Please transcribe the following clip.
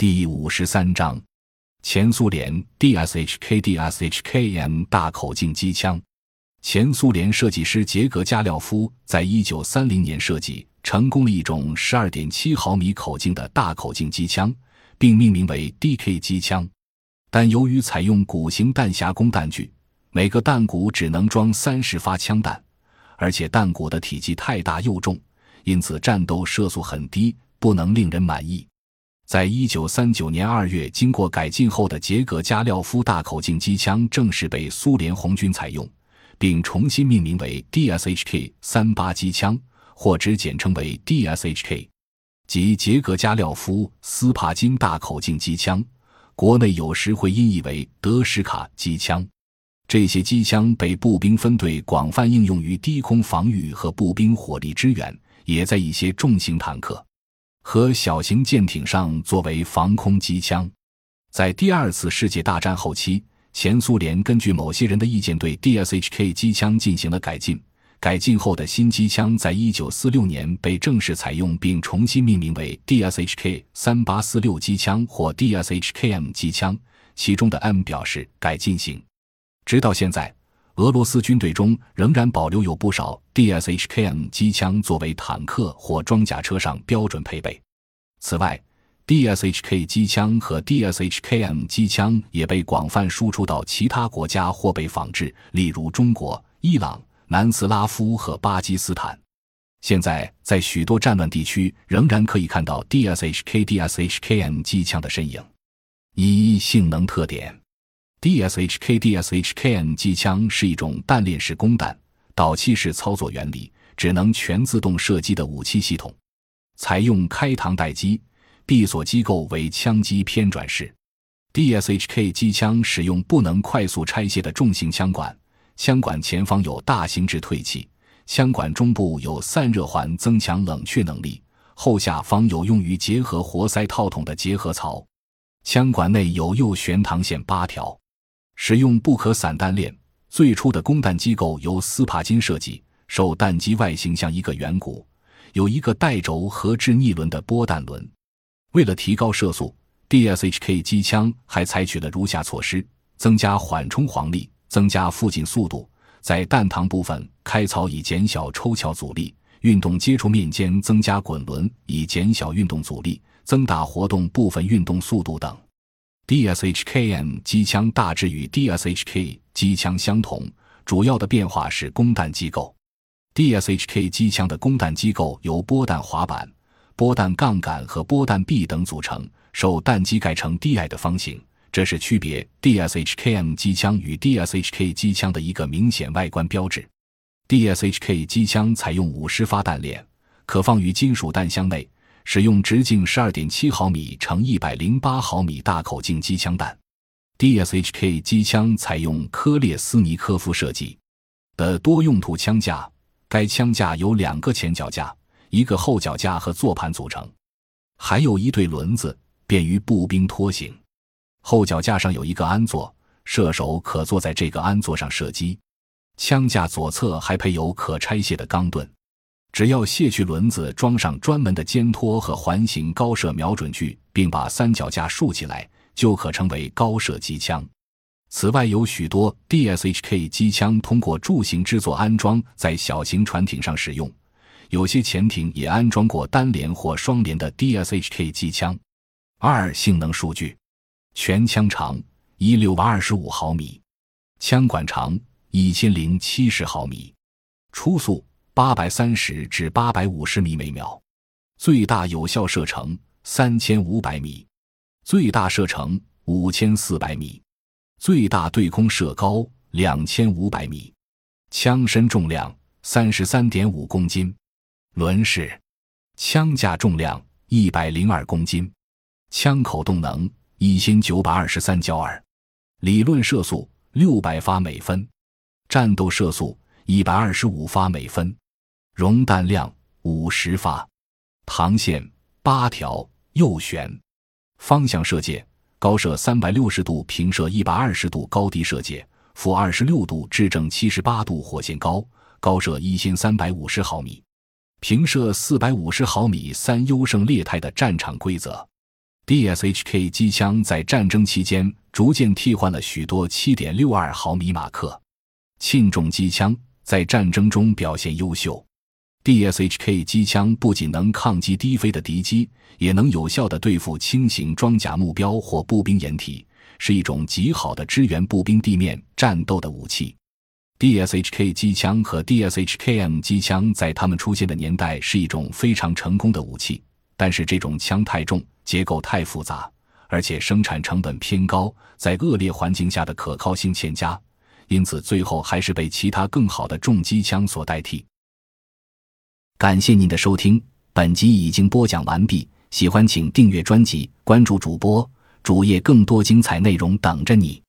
第53章，前苏联 DSHK-DSHKM 大口径机枪。前苏联设计师杰格加廖夫在1930年设计成功了一种 12.7 毫米口径的大口径机枪，并命名为 DK 机枪。但由于采用鼓形弹匣供弹具，每个弹鼓只能装30发枪弹，而且弹鼓的体积太大又重，因此战斗射速很低，不能令人满意。在1939年2月经过改进后的杰格加廖夫大口径机枪正式被苏联红军采用，并重新命名为 DSHK-38 机枪，或只简称为 DSHK， 即杰格加廖夫斯帕金大口径机枪，国内有时会音译为德什卡机枪。这些机枪被步兵分队广泛应用于低空防御和步兵火力支援，也在一些重型坦克和小型舰艇上作为防空机枪。在第二次世界大战后期，前苏联根据某些人的意见对 DSHK 机枪进行了改进。改进后的新机枪在1946年被正式采用，并重新命名为 DSHK-3846 机枪或 DSHKM 机枪，其中的 M 表示改进型。直到现在，俄罗斯军队中仍然保留有不少 DSHKM 机枪作为坦克或装甲车上标准配备。此外， DSHK 机枪和 DSHKM 机枪也被广泛输出到其他国家或被仿制，例如中国、伊朗、南斯拉夫和巴基斯坦。现在在许多战乱地区仍然可以看到 DSHK-DSHKM 机枪的身影。一、性能特点。DSHK-DSHKM 机枪是一种弹链式供弹、导气式操作原理，只能全自动射击的武器系统，采用开膛待击，闭锁机构为枪机偏转式。DSHK 机枪使用不能快速拆卸的重型枪管，枪管前方有大型致退气，枪管中部有散热环增强冷却能力，后下方有用于结合活塞套筒的结合槽，枪管内有右旋膛线8条。使用不可散弹链，最初的供弹机构由斯帕金设计，受弹机外形像一个圆鼓，有一个带轴和制逆轮的波弹轮。为了提高射速， DSHK 机枪还采取了如下措施：增加缓冲黄力，增加附近速度，在弹膛部分开槽以减小抽撬阻力，运动接触面间增加滚轮以减小运动阻力，增大活动部分运动速度等。DSHKM 机枪大致与 DSHK 机枪相同，主要的变化是供弹机构。DSHK 机枪的供弹机构由波弹滑板、波弹杠杆和波弹臂等组成，受弹机盖成低矮的方形，这是区别 DSHKM 机枪与 DSHK 机枪的一个明显外观标志。DSHK 机枪采用50发弹链，可放于金属弹箱内，使用直径 12.7 毫米乘108毫米大口径机枪弹。DSHK 机枪采用科列斯尼科夫设计的多用途枪架，该枪架由2个前脚架、1个后脚架和座盘组成，还有一对轮子，便于步兵拖行。后脚架上有一个鞍座，射手可坐在这个鞍座上射击。枪架左侧还配有可拆卸的钢盾，只要卸去轮子，装上专门的肩托和环形高射瞄准具，并把三脚架竖起来，就可成为高射机枪。此外，有许多 DSHK 机枪通过柱形制作安装在小型船艇上使用，有些潜艇也安装过单联或双联的 DSHK 机枪。2、性能数据。全枪长1625毫米，枪管长1070毫米，初速830至850米每秒，最大有效射程3500米，最大射程5400米，最大对空射高2500米，枪身重量 33.5 公斤，轮式，枪架重量102公斤，枪口动能1923焦耳，理论射速600发每分，战斗射速125发每分，容弹量50发，膛线8条，右旋，方向射界，高射360度，平射120度，高低射界，负26度至正78度火线高，高射1350毫米，平射450毫米3优胜劣汰的战场规则。 DSHK 机枪在战争期间逐渐替换了许多 7.62 毫米马克轻重机枪，在战争中表现优秀。DSHK 机枪不仅能抗击低飞的敌机，也能有效地对付轻型装甲目标或步兵掩体，是一种极好的支援步兵地面战斗的武器。DSHK 机枪和 DSHKM 机枪在它们出现的年代是一种非常成功的武器，但是这种枪太重，结构太复杂，而且生产成本偏高，在恶劣环境下的可靠性欠佳，因此最后还是被其他更好的重机枪所代替。感谢您的收听，本集已经播讲完毕，喜欢请订阅专辑，关注主播，主页更多精彩内容等着你。